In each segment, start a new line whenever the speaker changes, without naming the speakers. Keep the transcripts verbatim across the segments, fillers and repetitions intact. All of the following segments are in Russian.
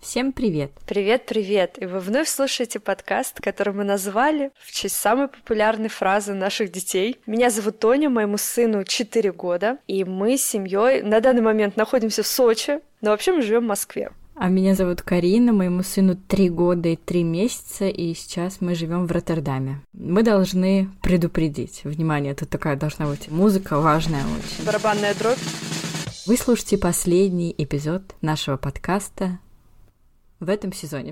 Всем привет!
Привет-привет! И вы вновь слушаете подкаст, который мы назвали в честь самой популярной фразы наших детей. Меня зовут Тоня, моему сыну четыре года, и мы с семьей на данный момент находимся в Сочи, но вообще мы живем в Москве.
А меня зовут Карина, моему сыну три года и три месяца, и сейчас мы живем в Роттердаме. Мы должны предупредить. Внимание, тут такая должна быть музыка важная очень.
Барабанная дробь.
Вы слушаете последний эпизод нашего подкаста в этом сезоне.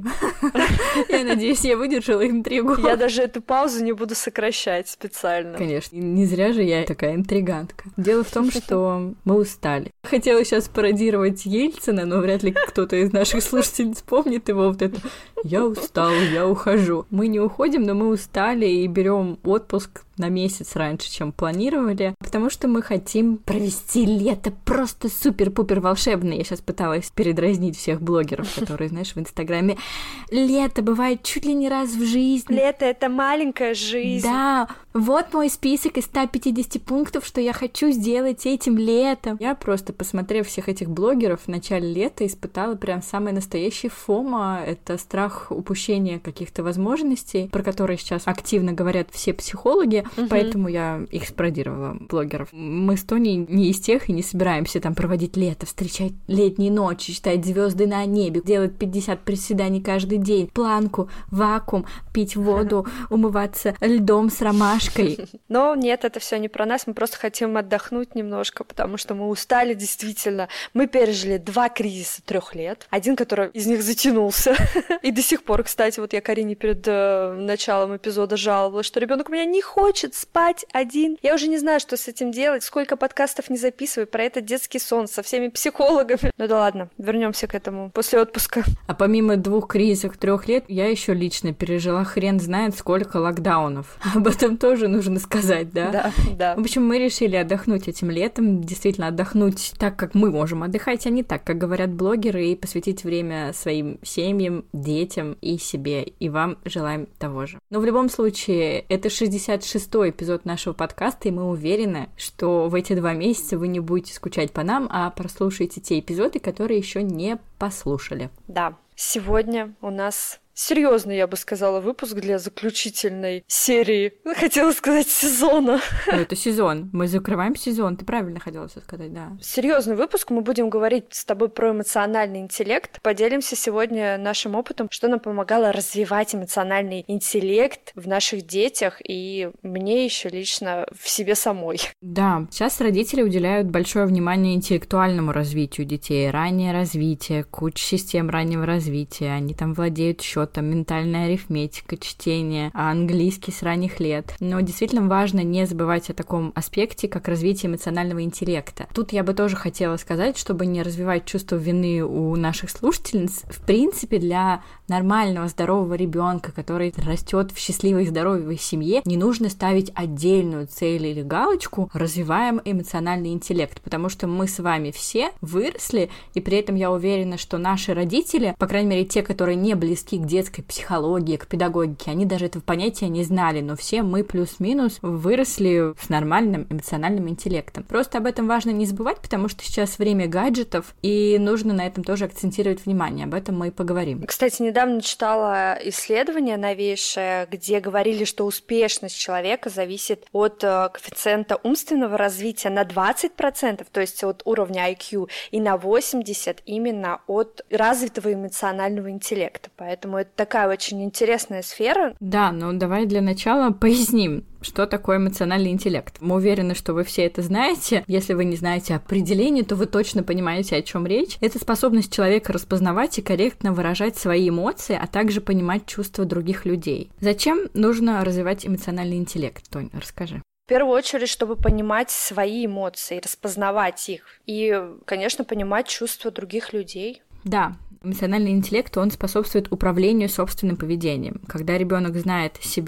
Я надеюсь, я выдержала им три года.
Я даже эту паузу не буду сокращать специально.
Конечно, не зря же я такая интригантка. Дело в том, что мы устали. Хотела сейчас пародировать Ельцина, но вряд ли кто-то из наших слушателей вспомнит его вот это «я устал, я ухожу». Мы не уходим, но мы устали и берем отпуск на месяц раньше, чем планировали, потому что мы хотим провести лето просто супер-пупер волшебное. Я сейчас пыталась передразнить всех блогеров, которые, знаешь, в Инстаграме. Лето бывает чуть ли не раз в жизни.
Лето — это маленькая жизнь.
Да, вот мой список из ста пятидесяти пунктов, что я хочу сделать этим летом. Я просто, посмотрев всех этих блогеров в начале лета, испытала прям самый настоящий фомо. Это страх упущения каких-то возможностей, про которые сейчас активно говорят все психологи. Uh-huh. Поэтому я их спародировала, блогеров. Мы с Тоней не из тех и не собираемся там проводить лето, встречать летние ночи, считать звезды на небе, делать пятьдесят приседаний каждый день, планку, вакуум, пить воду, умываться льдом с ромашкой.
Но нет, это все не про нас, мы просто хотим отдохнуть немножко, потому что мы устали действительно. Мы пережили два кризиса трех лет, один, который из них затянулся. И до сих пор, кстати, вот я Карине перед э, началом эпизода жаловалась, что ребенок у меня не хочет спать один. Я уже не знаю, что с этим делать, сколько подкастов не записываю про этот детский сон со всеми психологами. Ну да ладно, вернемся к этому после отпуска.
А помимо двух кризисов трех лет, я еще лично пережила хрен знает сколько локдаунов. Об этом тоже нужно сказать, да?
Да, да.
В общем, мы решили отдохнуть этим летом, действительно отдохнуть так, как мы можем отдыхать, а не так, как говорят блогеры, и посвятить время своим семьям, детям и себе. И вам желаем того же. Но в любом случае, это шестьдесят шестой эпизод нашего подкаста, и мы уверены, что в эти два месяца вы не будете скучать по нам, а прослушаете те эпизоды, которые еще не послушали.
Да, сегодня у нас серьезный, я бы сказала, выпуск для заключительной серии. Хотела сказать сезона.
Ну, это сезон. Мы закрываем сезон. Ты правильно хотела все сказать, да.
Серьезный выпуск. Мы будем говорить с тобой про эмоциональный интеллект. Поделимся сегодня нашим опытом, что нам помогало развивать эмоциональный интеллект в наших детях и мне еще лично в себе самой.
Да, сейчас родители уделяют большое внимание интеллектуальному развитию детей. Раннее развитие, куча систем раннего развития. Они там владеют счетом, там ментальная арифметика, чтение, английский с ранних лет. Но действительно важно не забывать о таком аспекте, как развитие эмоционального интеллекта. Тут я бы тоже хотела сказать, чтобы не развивать чувство вины у наших слушательниц, в принципе, для нормального, здорового ребенка, который растет в счастливой и здоровой семье, не нужно ставить отдельную цель или галочку «развиваем эмоциональный интеллект», потому что мы с вами все выросли, и при этом я уверена, что наши родители, по крайней мере, те, которые не близки к детской психологии, к педагогике, они даже этого понятия не знали, но все мы плюс-минус выросли с нормальным эмоциональным интеллектом. Просто об этом важно не забывать, потому что сейчас время гаджетов, и нужно на этом тоже акцентировать внимание. Об этом мы и поговорим.
Кстати, недавно читала исследование новейшее, где говорили, что успешность человека зависит от коэффициента умственного развития на двадцать процентов, то есть от уровня ай кью, и на восемьдесят процентов именно от развитого эмоционального интеллекта. Поэтому это такая очень интересная сфера.
Да, ну давай для начала поясним, что такое эмоциональный интеллект. Мы уверены, что вы все это знаете. Если вы не знаете определение, то вы точно понимаете, о чем речь. Это способность человека распознавать и корректно выражать свои эмоции, а также понимать чувства других людей. Зачем нужно развивать эмоциональный интеллект? Тонь, расскажи.
В первую очередь, чтобы понимать свои эмоции, распознавать их и, конечно, понимать чувства других людей.
Да, эмоциональный интеллект, он способствует управлению собственным поведением. Когда ребенок знает себя,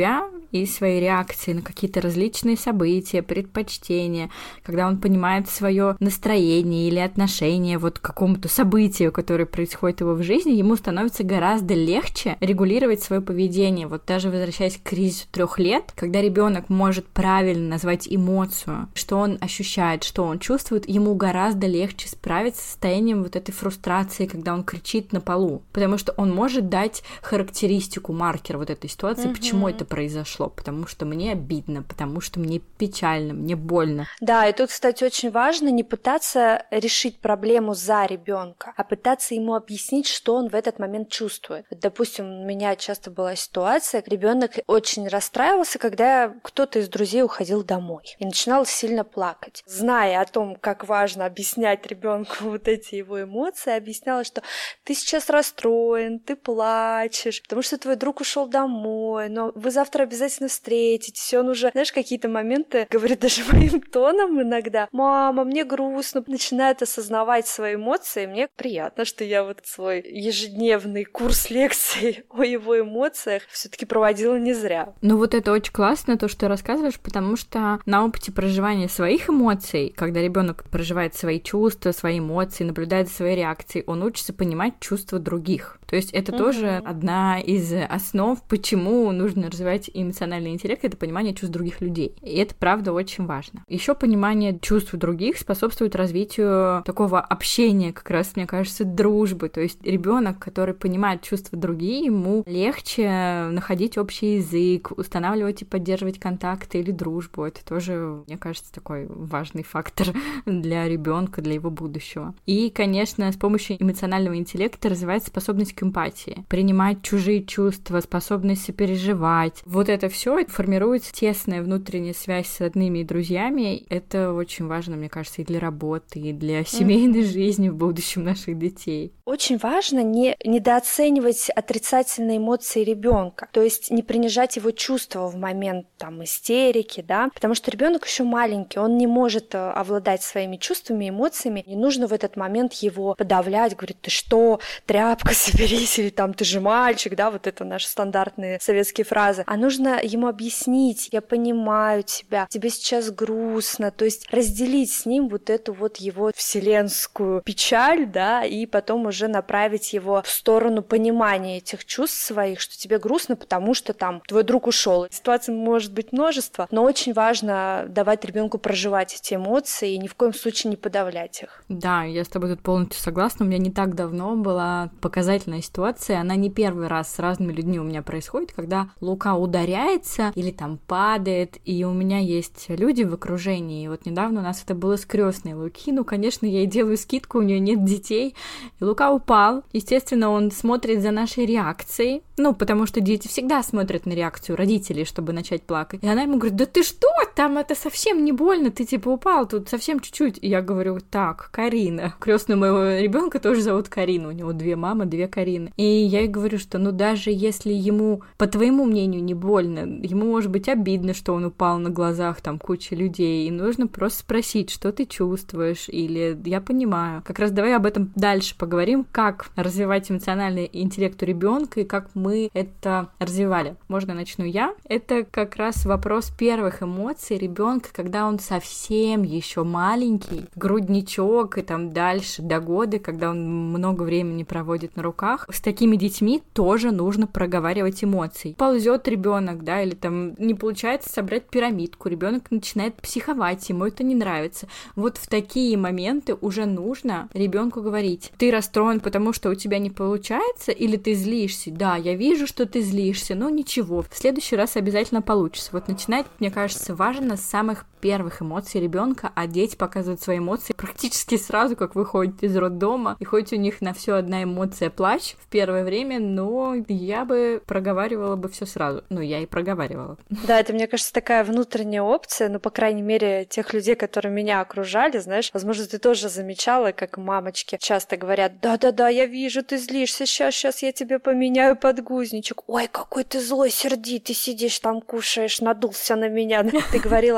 и свои реакции на какие-то различные события, предпочтения, когда он понимает свое настроение или отношение вот к какому-то событию, которое происходит в его в жизни, ему становится гораздо легче регулировать свое поведение. Вот даже возвращаясь к кризису трех лет, когда ребенок может правильно назвать эмоцию, что он ощущает, что он чувствует, ему гораздо легче справиться с состоянием вот этой фрустрации, когда он кричит на полу, потому что он может дать характеристику, маркер вот этой ситуации, угу. Почему это произошло, потому что мне обидно, потому что мне печально, мне больно.
Да, и тут, кстати, очень важно не пытаться решить проблему за ребенка, а пытаться ему объяснить, что он в этот момент чувствует. Вот, допустим, у меня часто была ситуация, ребенок очень расстраивался, когда кто-то из друзей уходил домой и начинал сильно плакать. Зная о том, как важно объяснять ребенку вот эти его эмоции, объясняла, что ты сейчас расстроен, ты плачешь, потому что твой друг ушел домой, но вы завтра обязательно встретитесь. И он уже, знаешь, какие-то моменты говорит даже моим тоном иногда: мама, мне грустно, начинает осознавать свои эмоции. Мне приятно, что я вот свой ежедневный курс лекций о его эмоциях все-таки проводила не зря.
Ну вот это очень классно, то, что ты рассказываешь, потому что на опыте проживания своих эмоций, когда ребенок проживает свои чувства, свои эмоции, наблюдает за своей реакцией, он учится понимать чувства других. То есть это угу. тоже одна из основ, почему нужно развивать эмоциональный интеллект, это понимание чувств других людей. И это, правда, очень важно. Еще понимание чувств других способствует развитию такого общения, как раз, мне кажется, дружбы. То есть ребенок, который понимает чувства других, ему легче находить общий язык, устанавливать и поддерживать контакты или дружбу. Это тоже, мне кажется, такой важный фактор для ребенка, для его будущего. И, конечно, с помощью эмоционального интеллекта развивается способность к эмпатии, принимать чужие чувства, способность сопереживать. Вот это все формируется тесная внутренняя связь с родными и друзьями. Это очень важно, мне кажется, и для работы, и для семейной mm-hmm. жизни в будущем наших детей.
Очень важно не недооценивать отрицательные эмоции ребенка, то есть не принижать его чувства в момент там истерики, да, потому что ребенок еще маленький, он не может овладеть своими чувствами, эмоциями, не нужно в этот момент его подавлять, говорить: ты что, тряпка, соберись, или там ты же мальчик, да, вот это наши стандартные советские фразы, а нужно ему объяснить: я понимаю тебя, тебе сейчас грустно, то есть разделить с ним вот эту вот его вселенскую печаль, да, и потом уже направить его в сторону понимания этих чувств своих, что тебе грустно, потому что там твой друг ушел. Ситуаций может быть множество, но очень важно давать ребенку проживать эти эмоции и ни в коем случае не подавлять их.
Да, я с тобой тут полностью согласна. У меня не так давно была показательная ситуация, она не первый раз с разными людьми у меня происходит, когда Лука ударяется или там падает, и у меня есть люди в окружении. И вот недавно у нас это было с крестной Луки, ну, конечно, я ей делаю скидку, у нее нет детей, и Лука упал. Естественно, он смотрит за нашей реакцией, ну, потому что дети всегда смотрят на реакцию родителей, чтобы начать плакать. И она ему говорит: да ты что, там это совсем не больно, ты типа упал тут совсем чуть-чуть. И я говорю: так, Карина. Крестную моего ребенка тоже зовут Карина, у него две мамы, две Карины. И я ей говорю, что ну даже если ему, по твоему мнению, не больно, ему может быть обидно, что он упал на глазах там кучи людей, и нужно просто спросить, что ты чувствуешь, или я понимаю. Как раз давай об этом дальше поговорим, как развивать эмоциональный интеллект у ребенка и как мы это развивали. Можно начну я. Это как раз вопрос первых эмоций ребенка, когда он совсем еще маленький, грудничок и там дальше до года, когда он много времени проводит на руках. С такими детьми тоже нужно проговаривать эмоции. Ползет ребенок, да, или там не получается собрать пирамидку, ребенок начинает психовать, ему это не нравится. Вот в такие моменты уже нужно ребенку говорить: ты расстроен, потому что у тебя не получается, или ты злишься? Да, я вижу, что ты злишься, но ничего, в следующий раз обязательно получится. Вот начинать, мне кажется, важно с самых первых эмоций ребенка, а дети показывают свои эмоции практически сразу, как выходят из роддома, и хоть у них на все одна эмоция плач в первое время, но я бы проговаривала бы все сразу. Ну, я и проговаривала.
Да, это, мне кажется, такая внутренняя опция, ну, по крайней мере, тех людей, которые меня окружали, знаешь, возможно, ты тоже замечала, как мамочки часто говорят: да-да-да, я вижу, ты злишься, сейчас, сейчас я тебе поменяю подгузничек. Ой, какой ты злой, сердитый, сидишь там, кушаешь, надулся на меня. Ты говорила о том, что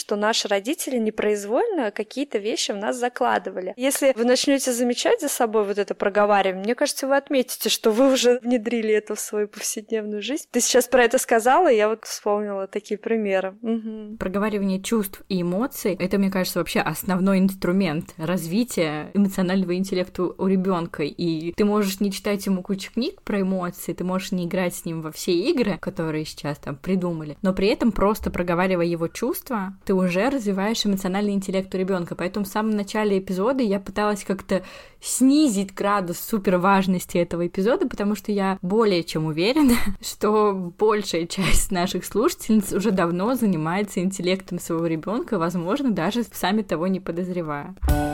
что наши родители непроизвольно какие-то вещи в нас закладывали. Если вы начнете замечать за собой вот это проговаривание, мне кажется, вы отметите, что вы уже внедрили это в свою повседневную жизнь. Ты сейчас про это сказала, и я вот вспомнила такие примеры. Угу.
Проговаривание чувств и эмоций — это, мне кажется, вообще основной инструмент развития эмоционального интеллекта у ребенка. И ты можешь не читать ему кучу книг про эмоции, ты можешь не играть с ним во все игры, которые сейчас там придумали, но при этом просто проговаривая его чувства, ты уже развиваешь эмоциональный интеллект у ребенка. Поэтому в самом начале эпизода я пыталась как-то снизить градус суперважности этого эпизода, потому что я более чем уверена, что большая часть наших слушательниц уже давно занимается интеллектом своего ребенка, возможно, даже сами того не подозревая.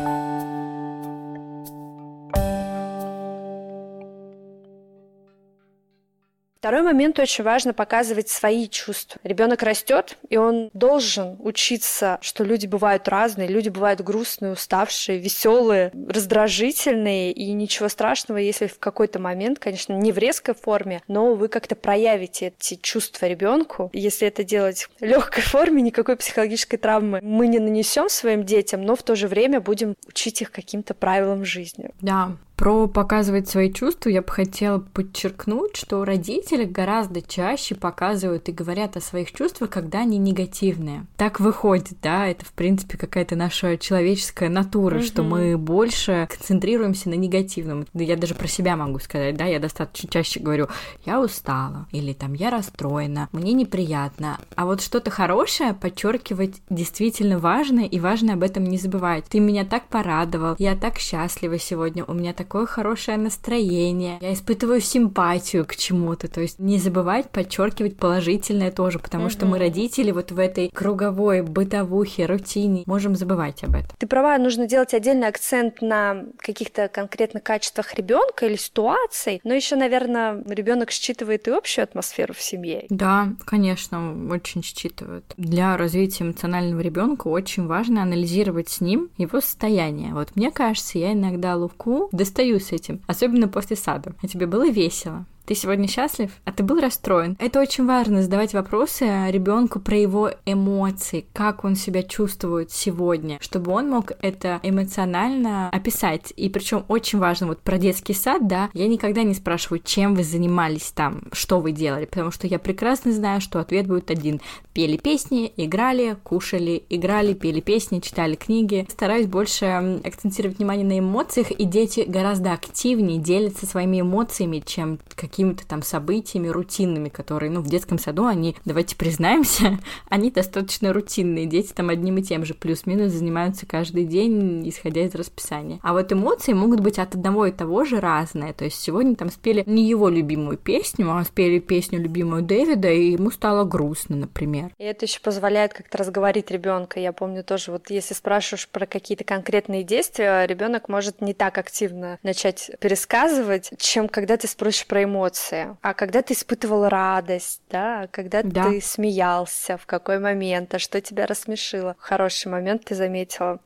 Второй момент, очень важно показывать свои чувства. Ребенок растет, и он должен учиться, что люди бывают разные, люди бывают грустные, уставшие, веселые, раздражительные, и ничего страшного, если в какой-то момент, конечно, не в резкой форме, но вы как-то проявите эти чувства ребенку. Если это делать в легкой форме, никакой психологической травмы мы не нанесем своим детям, но в то же время будем учить их каким-то правилам жизни.
Да. Про показывать свои чувства я бы хотела подчеркнуть, что родители гораздо чаще показывают и говорят о своих чувствах, когда они негативные. Так выходит, да, это, в принципе, какая-то наша человеческая натура, mm-hmm. что мы больше концентрируемся на негативном. Я даже про себя могу сказать, да, я достаточно чаще говорю, я устала, или там, я расстроена, мне неприятно. А вот что-то хорошее подчеркивать действительно важно, и важно об этом не забывать. Ты меня так порадовал, я так счастлива сегодня, у меня так такое хорошее настроение, я испытываю симпатию к чему-то, то есть не забывать подчеркивать положительное тоже, потому mm-hmm. что мы, родители, вот в этой круговой бытовухе, рутине, можем забывать об этом.
Ты права, нужно делать отдельный акцент на каких-то конкретных качествах ребенка или ситуаций, но еще, наверное, ребенок считывает и общую атмосферу в семье.
Да, конечно, очень считывает. Для развития эмоционального ребенка очень важно анализировать с ним его состояние. Вот мне кажется, я иногда ловку достаю с этим, особенно после сада. А тебе было весело? Ты сегодня счастлив? А ты был расстроен? Это очень важно, задавать вопросы ребенку про его эмоции, как он себя чувствует сегодня, чтобы он мог это эмоционально описать. И причем очень важно, вот про детский сад, да, я никогда не спрашиваю, чем вы занимались там, что вы делали, потому что я прекрасно знаю, что ответ будет один. Пели песни, играли, кушали, играли, пели песни, читали книги. Стараюсь больше акцентировать внимание на эмоциях, и дети гораздо активнее делятся своими эмоциями, чем какие какими-то там событиями рутинными, которые, ну, в детском саду они, давайте признаемся, они достаточно рутинные. Дети там одним и тем же плюс-минус занимаются каждый день, исходя из расписания. А вот эмоции могут быть от одного и того же разные. То есть сегодня там спели не его любимую песню, а спели песню любимую Дэвида, и ему стало грустно, например.
И это еще позволяет как-то разговорить ребенка. Я помню тоже, вот если спрашиваешь про какие-то конкретные действия, ребенок может не так активно начать пересказывать, чем когда ты спросишь про эмоции. А когда ты испытывал радость, да, когда да. ты смеялся, в какой момент, а что тебя рассмешило. Хороший момент ты заметила.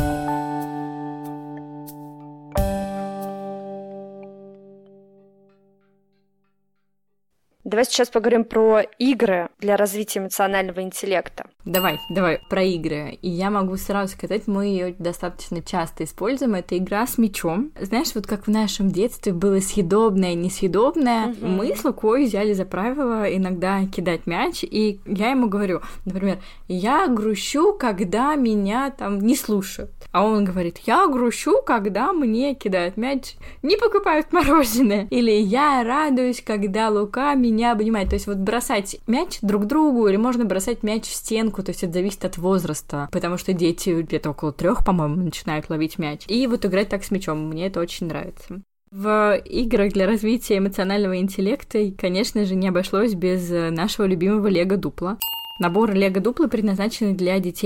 Давай сейчас поговорим про игры для развития эмоционального интеллекта.
Давай, давай, про игры. И я могу сразу сказать, мы ее достаточно часто используем. Это игра с мячом. Знаешь, вот как в нашем детстве было съедобное, несъедобное, угу. мы с Лукой взяли за правило иногда кидать мяч, и я ему говорю, например, я грущу, когда меня там не слушают. А он говорит, я грущу, когда мне кидают мяч, не покупают мороженое. Или я радуюсь, когда Лука меня обнимает. То есть вот бросать мяч друг другу, или можно бросать мяч в стенку, то есть это зависит от возраста, потому что дети где-то около трех, по-моему, начинают ловить мяч. И вот играть так с мячом, мне это очень нравится. В играх для развития эмоционального интеллекта, конечно же, не обошлось без нашего любимого Лего Дупло. Набор Лего Дупло предназначен для детей от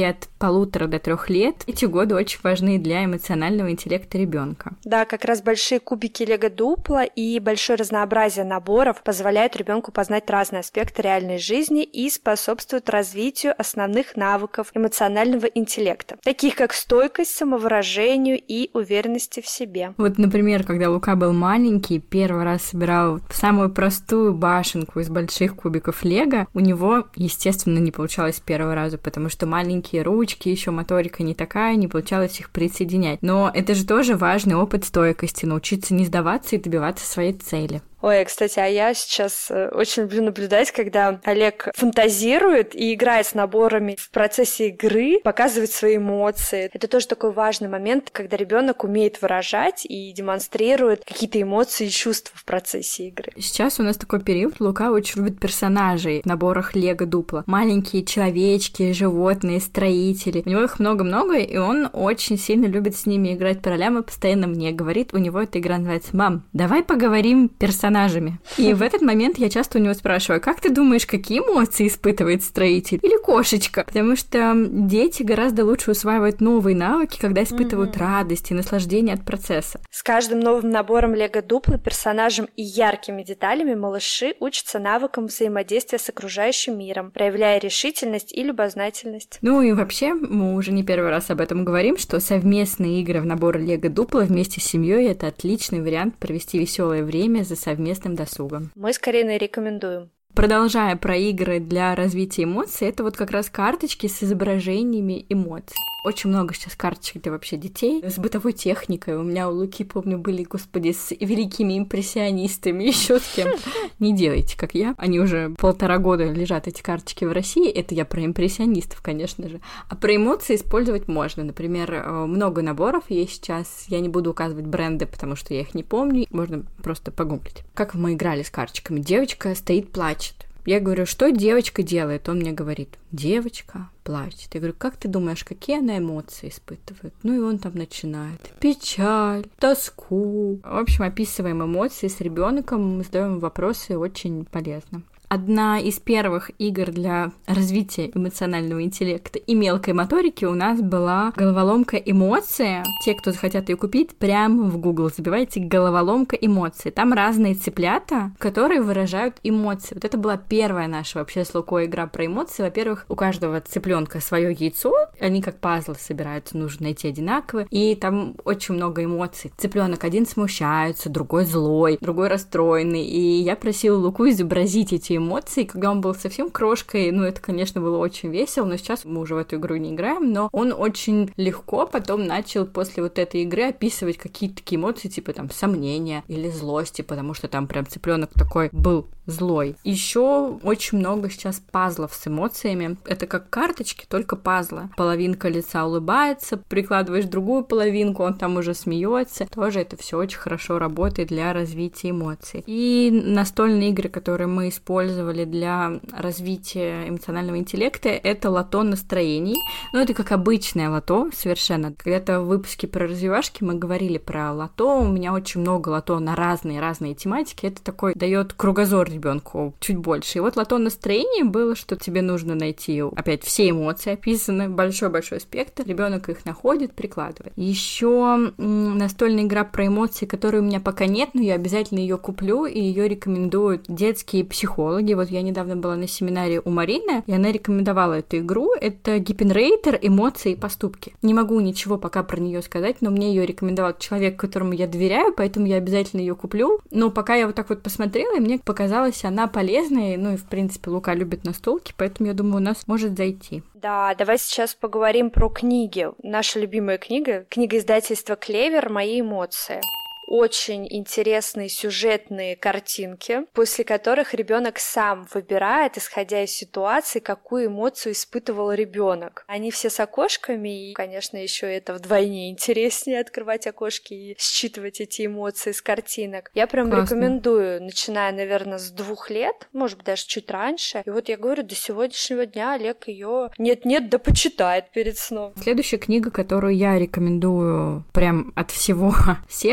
полутора до трех лет. Эти годы очень важны для эмоционального интеллекта ребенка.
Да, как раз большие кубики Лего Дупло и большое разнообразие наборов позволяют ребенку познать разные аспекты реальной жизни и способствуют развитию основных навыков эмоционального интеллекта, таких как стойкость, самовыражению и уверенности в себе.
Вот, например, когда Лука был маленький, первый раз собирал самую простую башенку из больших кубиков Лего, у него, естественно, не получалось с первого раза, потому что маленькие ручки, еще моторика не такая, не получалось их присоединять. Но это же тоже важный опыт стойкости, научиться не сдаваться и добиваться своей цели.
Ой, кстати, а я сейчас очень люблю наблюдать, когда Олег фантазирует и играет с наборами в процессе игры, показывает свои эмоции. Это тоже такой важный момент, когда ребенок умеет выражать и демонстрирует какие-то эмоции и чувства в процессе игры.
Сейчас у нас такой период, Лука очень любит персонажей в наборах Лего Дупло. Маленькие человечки, животные, строители. У него их много-много, и он очень сильно любит с ними играть по ролям и постоянно мне говорит, у него эта игра называется «Мам, давай поговорим персонажами». И в этот момент я часто у него спрашиваю, как ты думаешь, какие эмоции испытывает строитель или кошечка? Потому что дети гораздо лучше усваивают новые навыки, когда испытывают mm-hmm. радость и наслаждение от процесса.
С каждым новым набором Лего Дупло, персонажем и яркими деталями малыши учатся навыкам взаимодействия с окружающим миром, проявляя решительность и любознательность.
Ну и вообще, мы уже не первый раз об этом говорим, что совместные игры в набор Лего Дупло вместе с семьей это отличный вариант провести веселое время за совместным местным досугом.
Мы скорее рекомендуем.
Продолжая про игры для развития эмоций, это вот как раз карточки с изображениями эмоций. Очень много сейчас карточек для вообще детей с бытовой техникой. У меня у Луки, помню, были, господи, с великими импрессионистами, еще с кем. Не делайте, как я. Они уже полтора года лежат, эти карточки в России. Это я про импрессионистов, конечно же. А про эмоции использовать можно. Например, много наборов есть сейчас. Я не буду указывать бренды, потому что я их не помню. Можно просто погуглить. Как мы играли с карточками. Девочка стоит, плачет. Я говорю, что девочка делает? Он мне говорит, девочка плачет. Я говорю, как ты думаешь, какие она эмоции испытывает? Ну и он там начинает. Печаль, тоску. В общем, описываем эмоции с ребенком, задаем вопросы, очень полезно. Одна из первых игр для развития эмоционального интеллекта и мелкой моторики у нас была головоломка эмоции. Те, кто захотят ее купить, прямо в Google забивайте головоломка эмоции. Там разные цыплята, которые выражают эмоции. Вот это была первая наша вообще с Лукой игра про эмоции. Во-первых, у каждого цыпленка свое яйцо, они как пазлы собираются, нужно найти одинаковые. И там очень много эмоций. Цыпленок один смущается, другой злой, другой расстроенный. И я просила Луку изобразить эти эмоции эмоций, когда он был совсем крошкой, ну, это, конечно, было очень весело, но сейчас мы уже в эту игру не играем, но он очень легко потом начал после вот этой игры описывать какие-то такие эмоции, типа там сомнения или злости, потому что там прям цыпленок такой был злой. Еще очень много сейчас пазлов с эмоциями. Это как карточки, только пазлы. Половинка лица улыбается, прикладываешь другую половинку, он там уже смеется. Тоже это все очень хорошо работает для развития эмоций. И настольные игры, которые мы использовали для развития эмоционального интеллекта, это лото настроений. Ну, это как обычное лото совершенно. Когда-то в выпуске про развивашки мы говорили про лото. У меня очень много лото на разные-разные тематики. Это такой дает кругозор ребенку чуть больше. И вот лото настроения было, что тебе нужно найти опять все эмоции описаны, большой-большой спектр. Ребенок их находит, прикладывает. Еще настольная игра про эмоции, которой у меня пока нет, но я обязательно ее куплю, и ее рекомендуют детские психологи. Вот я недавно была на семинаре у Марины, и она рекомендовала эту игру. Это Гиппенрейтер «Эмоции и поступки». Не могу ничего пока про нее сказать, но мне ее рекомендовал человек, которому я доверяю, поэтому я обязательно ее куплю. Но пока я вот так вот посмотрела, и мне показалось, она полезная, ну и, в принципе, Лука любит настолки, поэтому, я думаю, у нас может зайти.
Да, давай сейчас поговорим про книги. Наша любимая книга, книга издательства «Клевер. Мои эмоции». Очень интересные сюжетные картинки, после которых ребенок сам выбирает, исходя из ситуации, какую эмоцию испытывал ребенок. Они все с окошками, и, конечно, еще это вдвойне интереснее открывать окошки и считывать эти эмоции с картинок. Я прям Классно. Рекомендую, начиная, наверное, с двух лет, может быть, даже чуть раньше. И вот я говорю, до сегодняшнего дня Олег ее нет-нет, да почитает перед сном.
Следующая книга, которую я рекомендую прям от всего сердца, это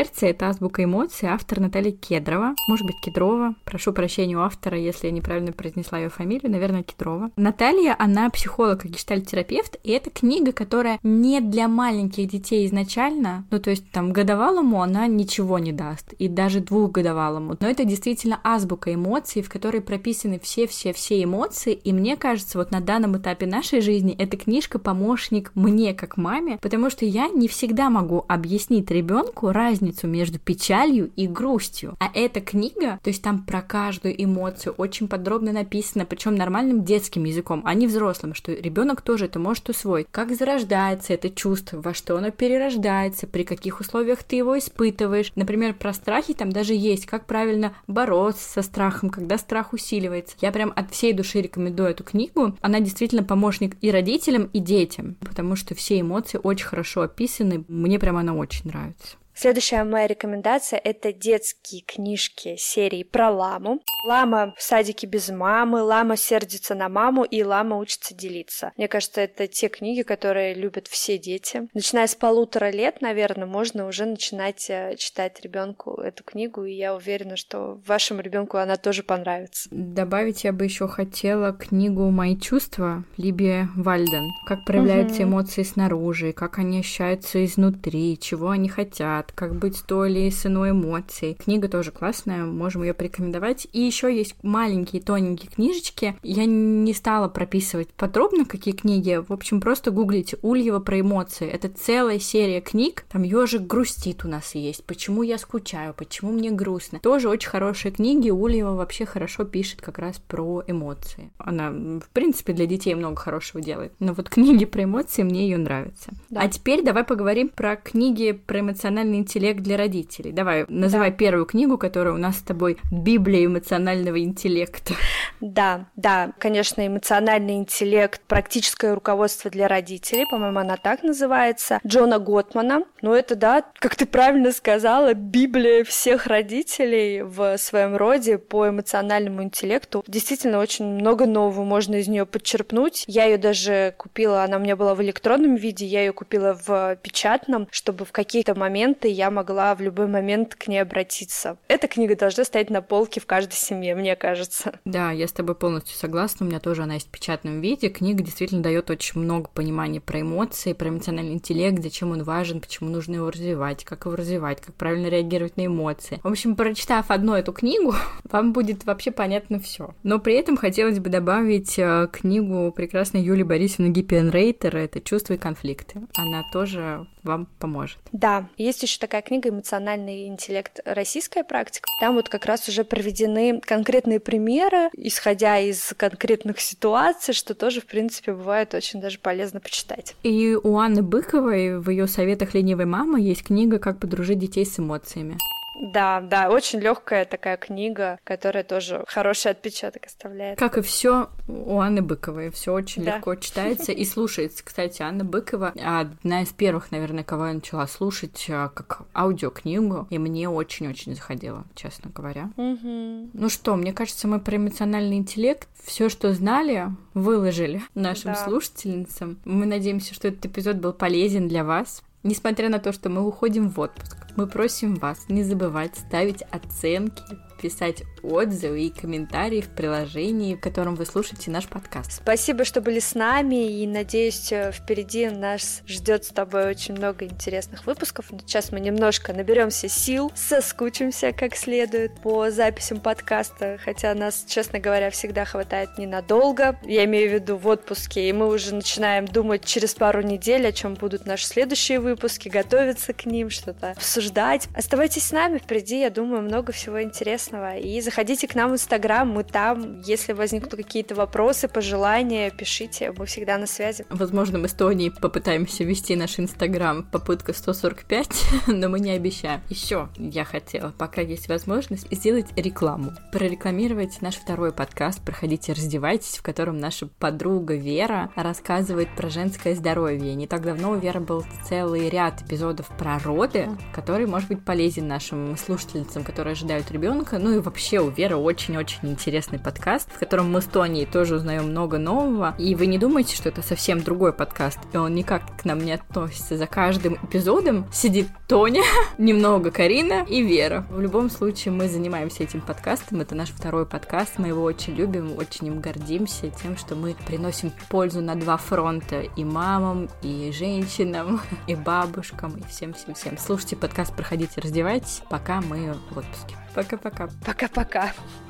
«Азбука эмоций», автор Наталья Кедрова, может быть, Кедрова. Прошу прощения у автора, если я неправильно произнесла ее фамилию, наверное, Кедрова. Наталья, она психолог и гештальт-терапевт, и это книга, которая не для маленьких детей изначально, ну, то есть там годовалому она ничего не даст, и даже двухгодовалому, но это действительно азбука эмоций, в которой прописаны все-все-все эмоции, и мне кажется, вот на данном этапе нашей жизни эта книжка помощник мне как маме, потому что я не всегда могу объяснить ребенку разницу между печалью и грустью, а эта книга, то есть там про каждую эмоцию очень подробно написано, причем нормальным детским языком, а не взрослым, что ребенок тоже это может усвоить, как зарождается это чувство, во что оно перерождается, при каких условиях ты его испытываешь. Например, про страхи там даже есть, как правильно бороться со страхом, когда страх усиливается. Я прям от всей души рекомендую эту книгу. Она действительно помощник и родителям, и детям, потому что все эмоции очень хорошо описаны. Мне прям она очень нравится.
Следующая моя рекомендация — это детские книжки серии про ламу. Лама в садике без мамы, лама сердится на маму и лама учится делиться. Мне кажется, это те книги, которые любят все дети. Начиная с полутора лет, наверное, можно уже начинать читать ребенку эту книгу, и я уверена, что вашему ребенку она тоже понравится.
Добавить я бы еще хотела книгу «Мои чувства» Либи Вальден. Как проявляются угу. эмоции снаружи, как они ощущаются изнутри, чего они хотят, как быть с той или иной эмоцией. Книга тоже классная, можем ее порекомендовать. И еще есть маленькие тоненькие книжечки. Я не стала прописывать подробно, какие книги. В общем, просто гуглите Ульева про эмоции. Это целая серия книг. Там «Ёжик грустит» у нас есть. «Почему я скучаю», «Почему мне грустно». Тоже очень хорошие книги. Ульева вообще хорошо пишет как раз про эмоции. Она, в принципе, для детей много хорошего делает. Но вот книги про эмоции, мне ее нравятся. Да. А теперь давай поговорим про книги про эмоциональный интеллект для родителей. Давай, называй да. первую книгу, которая у нас с тобой «Библия эмоционального интеллекта».
Да, да, конечно, эмоциональный интеллект, практическое руководство для родителей, по-моему, она так называется, Джона Готмана. Ну, это, да, как ты правильно сказала, Библия всех родителей в своем роде по эмоциональному интеллекту. Действительно, очень много нового можно из нее подчерпнуть. Я ее даже купила, она у меня была в электронном виде, я ее купила в печатном, чтобы в какие-то моменты я могла в любой момент к ней обратиться. Эта книга должна стоять на полке в каждой семье, мне кажется.
Да, я с тобой полностью согласна, у меня тоже она есть в печатном виде. Книга действительно дает очень много понимания про эмоции, про эмоциональный интеллект, зачем он важен, почему нужно его развивать, как его развивать, как правильно реагировать на эмоции. В общем, прочитав одну эту книгу, вам будет вообще понятно все. Но при этом хотелось бы добавить книгу прекрасной Юлии Борисовны Гиппенрейтер «Это чувства и конфликты». Она тоже вам поможет.
Да, есть еще такая книга «Эмоциональный интеллект. Российская практика». Там вот как раз уже проведены конкретные примеры, исходя из конкретных ситуаций, что тоже, в принципе, бывает очень даже полезно почитать.
И у Анны Быковой в ее советах ленивой мамы есть книга «Как подружить детей с эмоциями».
Да, да, очень легкая такая книга, которая тоже хороший отпечаток оставляет.
Как и все у Анны Быковой, все очень да. легко читается и слушается. Кстати, Анна Быкова одна из первых, наверное, кого я начала слушать как аудиокнигу, и мне очень-очень заходило, честно говоря.
Угу.
Ну что, мне кажется, мы про эмоциональный интеллект все, что знали, выложили нашим да. слушательницам. Мы надеемся, что этот эпизод был полезен для вас. Несмотря на то, что мы уходим в отпуск, мы просим вас не забывать ставить оценки, писать отзывы и комментарии в приложении, в котором вы слушаете наш подкаст.
Спасибо, что были с нами, и, надеюсь, впереди нас ждет с тобой очень много интересных выпусков. Сейчас мы немножко наберемся сил, соскучимся как следует по записям подкаста, хотя нас, честно говоря, всегда хватает ненадолго. Я имею в виду в отпуске, и мы уже начинаем думать через пару недель, о чем будут наши следующие выпуски, готовиться к ним, что-то обсуждать. Оставайтесь с нами, впереди, я думаю, много всего интересного. И заходите к нам в Инстаграм, мы там. Если возникнут какие-то вопросы, пожелания, пишите, мы всегда на связи.
Возможно, мы с Тоней попытаемся вести наш Инстаграм, попытка сто сорок пять, но мы не обещаем. Еще я хотела, пока есть возможность, сделать рекламу, прорекламировать наш второй подкаст «Проходите, раздевайтесь», в котором наша подруга Вера рассказывает про женское здоровье. Не так давно у Веры был целый ряд эпизодов про роды, который может быть полезен нашим слушательницам, которые ожидают ребенка, Ну и вообще у Веры очень-очень интересный подкаст, в котором мы с Тоней тоже узнаем много нового. И вы не думаете, что это совсем другой подкаст, и он никак к нам не относится. За каждым эпизодом сидит Тоня, немного Карина и Вера. В любом случае мы занимаемся этим подкастом, это наш второй подкаст, мы его очень любим, очень им гордимся тем, что мы приносим пользу на два фронта и мамам, и женщинам, и бабушкам, и всем-всем-всем. Слушайте подкаст, проходите, раздевайтесь, пока мы в отпуске. Пока-пока.
Пока-пока.